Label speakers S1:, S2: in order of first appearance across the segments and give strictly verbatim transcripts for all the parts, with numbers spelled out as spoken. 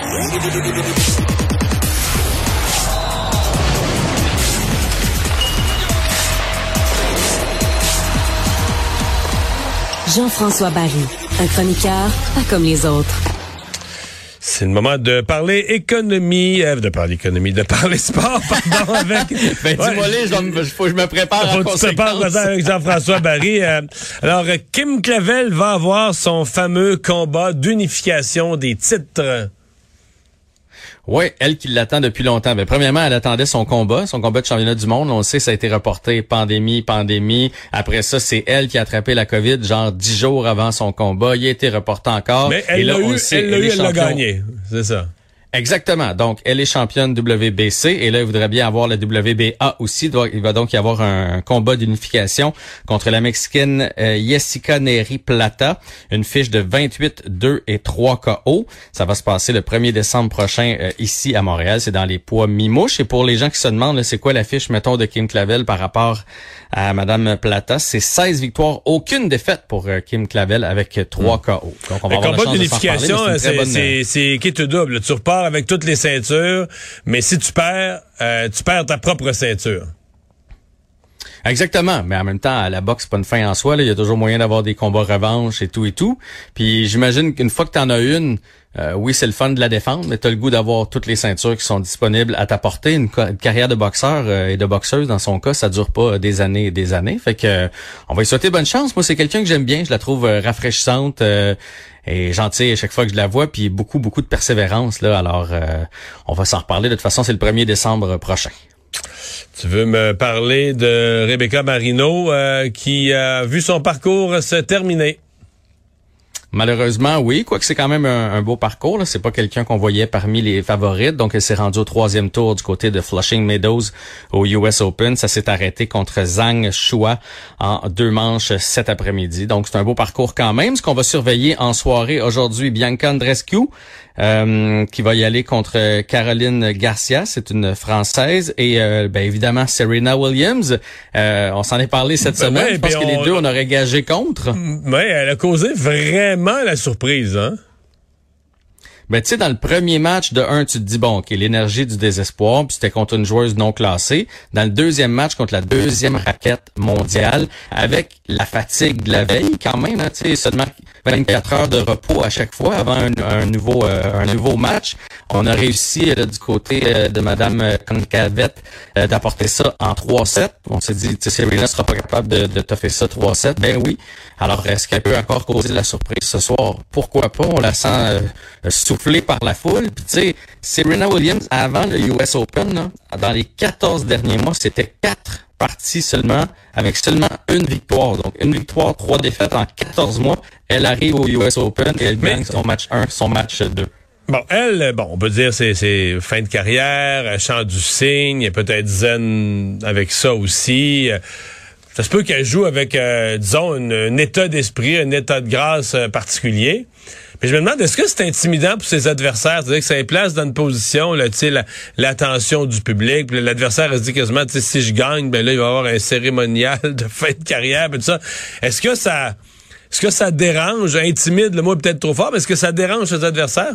S1: Jean-François Barry, un chroniqueur pas comme les autres.
S2: C'est le moment de parler économie, euh, de parler économie, de parler sport, pardon, avec...
S3: ben, ouais, dis-moi, il faut que je me prépare
S2: faut
S3: en
S2: que tu te prépares avec Jean-François Barry. Euh, alors, Kim Clavel va avoir son fameux combat d'unification des titres.
S3: Oui, elle qui l'attend depuis longtemps. Ben, premièrement, elle attendait son combat, son combat de championnat du monde. On le sait, ça a été reporté, pandémie, pandémie. Après ça, c'est elle qui a attrapé la COVID, genre dix jours avant son combat. Il a été reporté encore.
S2: Mais elle l'a eu, elle l'a eu, elle l'a gagné. C'est ça.
S3: Exactement. Donc, elle est championne W B C et là, il voudrait bien avoir la W B A aussi. Il va donc y avoir un combat d'unification contre la Mexicaine euh, Jessica Neri Plata. Une fiche de vingt-huit, deux et trois K O. Ça va se passer le premier décembre prochain euh, ici à Montréal. C'est dans les poids mi-mouche. Et pour les gens qui se demandent, là, c'est quoi la fiche, mettons, de Kim Clavel par rapport à Madame Plata, c'est seize victoires, aucune défaite pour euh, Kim Clavel avec trois K O. Donc, on va
S2: le
S3: avoir
S2: combat
S3: la chance
S2: d'unification,
S3: de s'en parler,
S2: c'est, c'est, c'est qui te double. Tu repars avec toutes les ceintures, mais si tu perds, euh, tu perds ta propre ceinture.
S3: Exactement, mais en même temps, la boxe, c'est pas une fin en soi. Là. Il y a toujours moyen d'avoir des combats revanche et tout et tout. Puis j'imagine qu'une fois que t'en as une, euh, oui, c'est le fun de la défendre, mais t'as le goût d'avoir toutes les ceintures qui sont disponibles à ta portée. Une, une carrière de boxeur euh, et de boxeuse, dans son cas, ça dure pas des années et des années. Fait que euh, on va lui souhaiter bonne chance. Moi, c'est quelqu'un que j'aime bien. Je la trouve euh, rafraîchissante euh, et gentille à chaque fois que je la vois. Puis beaucoup, beaucoup de persévérance. Là. Alors, euh, on va s'en reparler. De toute façon, c'est le premier décembre prochain.
S2: Tu veux me parler de Rebecca Marino euh, qui a vu son parcours se terminer?
S3: Malheureusement, oui. Quoique c'est quand même un, un beau parcours. Là. C'est pas quelqu'un qu'on voyait parmi les favorites. Donc, elle s'est rendue au troisième tour du côté de Flushing Meadows au U S Open. Ça s'est arrêté contre Zhang Shua en deux manches cet après-midi. Donc, c'est un beau parcours quand même. Ce qu'on va surveiller en soirée aujourd'hui, Bianca Andreescu, euh, qui va y aller contre Caroline Garcia. C'est une Française. Et euh, ben, évidemment, Serena Williams. Euh, on s'en est parlé cette
S2: ben
S3: semaine.
S2: Ouais,
S3: Je pense que
S2: on...
S3: les deux, on aurait gagé contre.
S2: Oui, elle a causé vraiment la surprise, hein?
S3: Ben, tu sais, dans le premier match, de un, tu te dis, bon, OK, l'énergie du désespoir, puis c'était contre une joueuse non classée. Dans le deuxième match, contre la deuxième raquette mondiale, avec la fatigue de la veille, quand même, hein, tu sais, seulement vingt-quatre heures de repos à chaque fois avant un, un nouveau euh, un nouveau match. On a réussi, là, du côté euh, de Madame Concavette, euh, d'apporter ça en trois sept. On s'est dit, tu sais, Serena sera pas capable de, de toffer ça trois sept. Ben oui. Alors, est-ce qu'elle peut encore causer de la surprise ce soir? Pourquoi pas? On la sent euh, soufflée par la foule. Puis tu sais, Serena Williams, avant le U S Open, là, dans les quatorze derniers mois, c'était quatre parties seulement, avec seulement une victoire. Donc, une victoire, trois défaites en quatorze mois. Elle arrive au U S Open et elle
S2: Mais...
S3: gagne son match un, son match deux.
S2: Bon, elle, bon, on peut dire c'est c'est fin de carrière, elle chante du cygne, elle est peut-être zen avec ça aussi. Ça se peut qu'elle joue avec, euh, disons, une, un état d'esprit, un état de grâce euh, particulier. Mais je me demande, est-ce que c'est intimidant pour ses adversaires? C'est-à-dire que ça les place dans une position, là, tu sais, la, l'attention du public. Puis l'adversaire, elle se dit quasiment, tu sais, si je gagne, ben là, il va y avoir un cérémonial de fin de carrière, puis tout ça. Est-ce que ça, est-ce que ça dérange, intimide, le mot est peut-être trop fort, mais est-ce que ça dérange ses adversaires?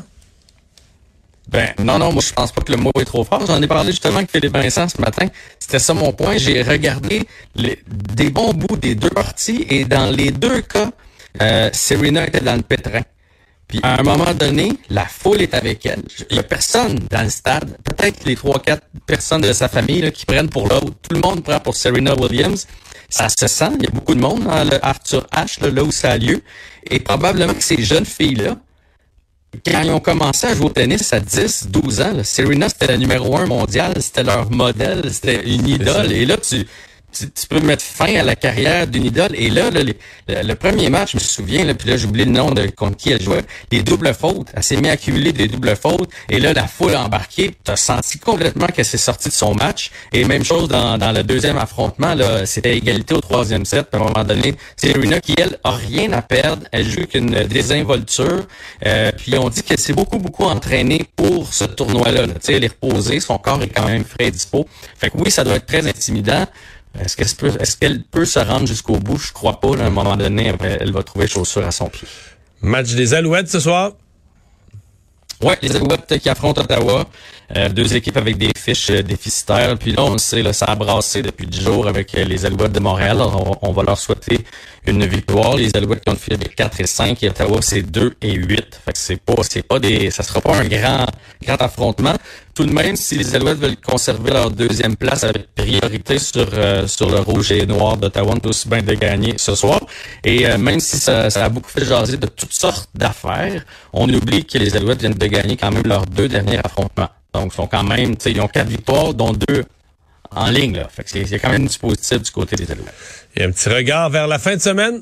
S3: Ben, non, non, moi, je pense pas que le mot est trop fort. J'en ai parlé justement avec Philippe Vincent ce matin. C'était ça mon point. J'ai regardé les, des bons bouts des deux parties et dans les deux cas, euh, Serena était dans le pétrin. Puis, à un moment donné, la foule est avec elle. Il y a personne dans le stade. Peut-être les trois, quatre personnes de sa famille là, qui prennent pour l'autre. Tout le monde prend pour Serena Williams. Ça se sent. Il y a beaucoup de monde dans le Arthur Ashe, là, là où ça a lieu. Et probablement que ces jeunes filles-là, quand ils ont commencé à jouer au tennis à dix, douze ans, là, Serena, c'était la numéro un mondiale, c'était leur modèle, c'était une idole. Et là, tu, tu, tu peux mettre fin à la carrière d'une idole. Et là, là les, le, le premier match, je me souviens, là, puis là, j'ai oublié le nom de contre qui elle jouait, les doubles fautes. Elle s'est mis à accumuler des doubles fautes. Et là, la foule a embarqué. Tu as senti complètement qu'elle s'est sortie de son match. Et même chose dans, dans le deuxième affrontement, là, c'était égalité au troisième set. Puis à un moment donné, Serena qui, elle, a rien à perdre. Elle joue qu'une désinvolture. Euh, puis on dit qu'elle s'est beaucoup, beaucoup entraînée pour ce tournoi-là. Là. Tu sais, elle est reposée. Son corps est quand même frais et dispo. Fait que oui, ça doit être très intimidant. Est-ce qu'elle peut, est-ce qu'elle peut se rendre jusqu'au bout? Je crois pas. Là, à un moment donné, elle va trouver chaussure à son pied.
S2: Match des Alouettes ce soir?
S3: Ouais, les Alouettes qui affrontent Ottawa, euh, deux équipes avec des fiches euh, déficitaires. Puis là, on le sait, là, ça a brassé depuis dix jours avec euh, les Alouettes de Montréal. Alors, on, on va leur souhaiter une victoire. Les Alouettes qui ont fait avec quatre et cinq, et Ottawa, c'est deux et huit. Fait que c'est pas, c'est pas des, ça sera pas un grand, grand affrontement. Tout de même, si les Alouettes veulent conserver leur deuxième place avec priorité sur euh, sur le rouge et noir d'Ottawa, on est aussi bien de gagner ce soir. Et euh, même si ça, ça a beaucoup fait jaser de toutes sortes d'affaires, on oublie que les Alouettes viennent de gagner quand même leurs deux derniers affrontements. Donc, ils sont quand même, tu sais, ils ont quatre victoires, dont deux en ligne, là. Fait que c'est, c'est quand même du positif du côté des Alouettes.
S2: Et un petit regard vers la fin de semaine?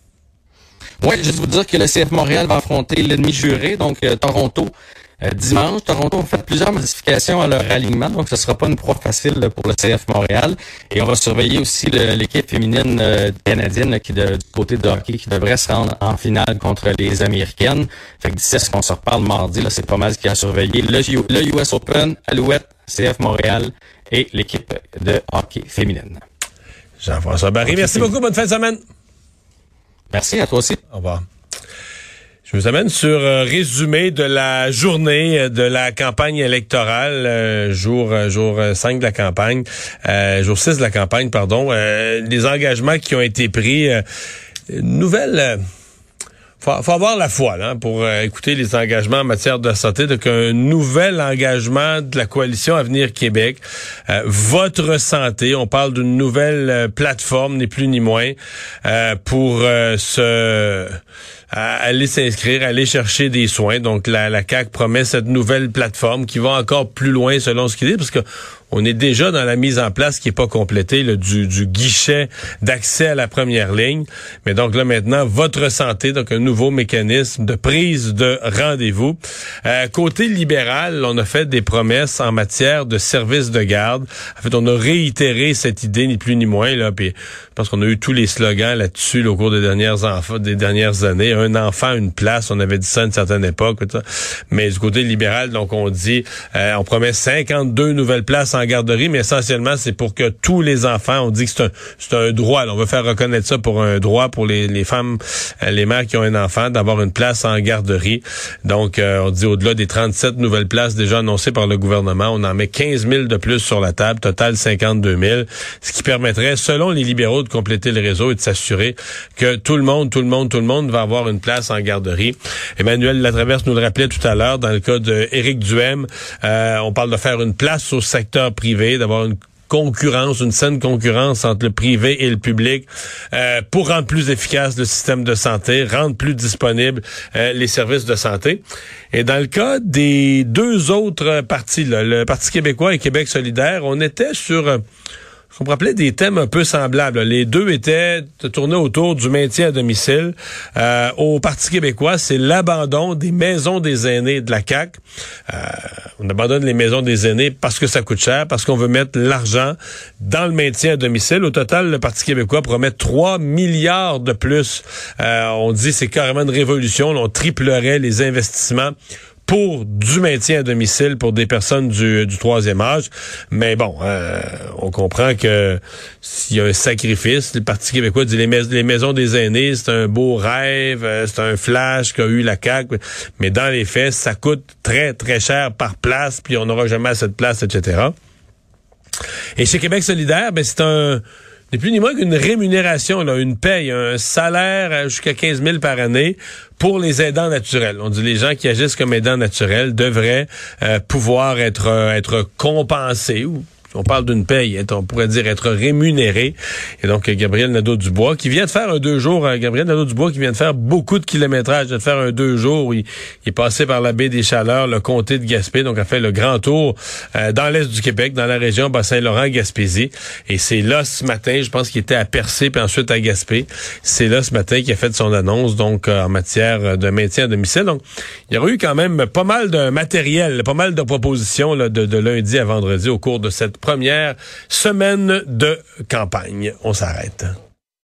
S3: Oui, juste vous dire que le C F Montréal va affronter l'ennemi juré, donc euh, Toronto. Euh, dimanche, Toronto a fait plusieurs modifications à leur alignement, donc ce sera pas une proie facile là, pour le C F Montréal. Et on va surveiller aussi le, l'équipe féminine euh, canadienne là, qui de, du côté de hockey qui devrait se rendre en finale contre les Américaines. Fait que d'ici à ce qu'on se reparle mardi, là, c'est pas mal ce qu'il y a à surveiller. Le, le U S Open, Alouette, C F Montréal et l'équipe de hockey féminine.
S2: Jean-François Barry, okay, merci beaucoup, bonne fin de semaine.
S3: Merci, à toi aussi.
S2: Au revoir. Je vous amène sur un résumé de la journée de la campagne électorale, euh, jour jour cinq de la campagne, euh, jour six de la campagne, pardon. Euh, les engagements qui ont été pris, euh, nouvelle... Euh, Faut, faut avoir la foi là, pour euh, écouter les engagements en matière de santé. Donc, un nouvel engagement de la Coalition Avenir Québec. Euh, votre santé, on parle d'une nouvelle euh, plateforme, ni plus ni moins, euh, pour euh, se... à aller s'inscrire, aller chercher des soins. Donc, la, la C A Q promet cette nouvelle plateforme qui va encore plus loin selon ce qu'il dit, parce que on est déjà dans la mise en place qui est pas complétée là, du, du guichet d'accès à la première ligne. Mais donc là, maintenant, votre santé, donc un nouveau mécanisme de prise de rendez-vous. Euh, côté libéral, on a fait des promesses en matière de services de garde. En fait, on a réitéré cette idée, ni plus ni moins. Là, puis je pense qu'on a eu tous les slogans là-dessus là, au cours des dernières, enf- des dernières années. Un enfant, une place. On avait dit ça à une certaine époque. Mais du côté libéral, donc on dit, euh, on promet cinquante-deux nouvelles places en garderie, mais essentiellement, c'est pour que tous les enfants, on dit que c'est un, c'est un droit. Là, on veut faire reconnaître ça pour un droit pour les, les femmes, euh, les mères qui ont un enfant, d'avoir une place en garderie. Donc, euh, on dit au-delà des trente-sept nouvelles places déjà annoncées par le gouvernement, on en met quinze mille de plus sur la table, total cinquante-deux mille, ce qui permettrait, selon les libéraux, de compléter le réseau et de s'assurer que tout le monde, tout le monde, tout le monde va avoir une place en garderie. Emmanuel Latraverse nous le rappelait tout à l'heure, dans le cas d'Éric Duhem, euh, on parle de faire une place au secteur privé, d'avoir une concurrence, une saine concurrence entre le privé et le public euh, pour rendre plus efficace le système de santé, rendre plus disponibles euh, les services de santé. Et dans le cas des deux autres partis, là, le Parti québécois et Québec solidaire, on était sur... Euh, on me rappelait des thèmes un peu semblables. Les deux étaient tournés autour du maintien à domicile. Euh, au Parti québécois, c'est l'abandon des maisons des aînés de la C A Q. Euh, on abandonne les maisons des aînés parce que ça coûte cher, parce qu'on veut mettre l'argent dans le maintien à domicile. Au total, le Parti québécois promet trois milliards de plus. Euh, on dit c'est carrément une révolution. On triplerait les investissements pour du maintien à domicile pour des personnes du, du troisième âge. Mais bon, euh, on comprend que s'il y a un sacrifice, le Parti québécois dit les, mais, les maisons des aînés, c'est un beau rêve, c'est un flash qu'a eu la C A Q, mais dans les faits, ça coûte très, très cher par place, puis on n'aura jamais assez de place, et cetera. Et chez Québec solidaire, ben c'est un... ni plus ni moins qu'une rémunération, là, une paye, un salaire jusqu'à quinze mille par année pour les aidants naturels. On dit les gens qui agissent comme aidants naturels devraient euh, pouvoir être euh, être compensés ou on parle d'une paye, on pourrait dire être rémunéré. Et donc, Gabriel Nadeau-Dubois, qui vient de faire un deux jours, Gabriel Nadeau-Dubois, qui vient de faire beaucoup de kilométrage, vient de faire un deux jours où il, il est passé par la baie des Chaleurs, le comté de Gaspé, donc a fait le grand tour euh, dans l'est du Québec, dans la région Bas-Saint-Laurent-Gaspésie. Et c'est là, ce matin, je pense qu'il était à Percé, puis ensuite à Gaspé. C'est là, ce matin, qu'il a fait son annonce, donc, euh, en matière de maintien à domicile. Donc, il y aurait eu quand même pas mal de matériel, pas mal de propositions là, de, de lundi à vendredi au cours de cette première semaine de campagne. On s'arrête.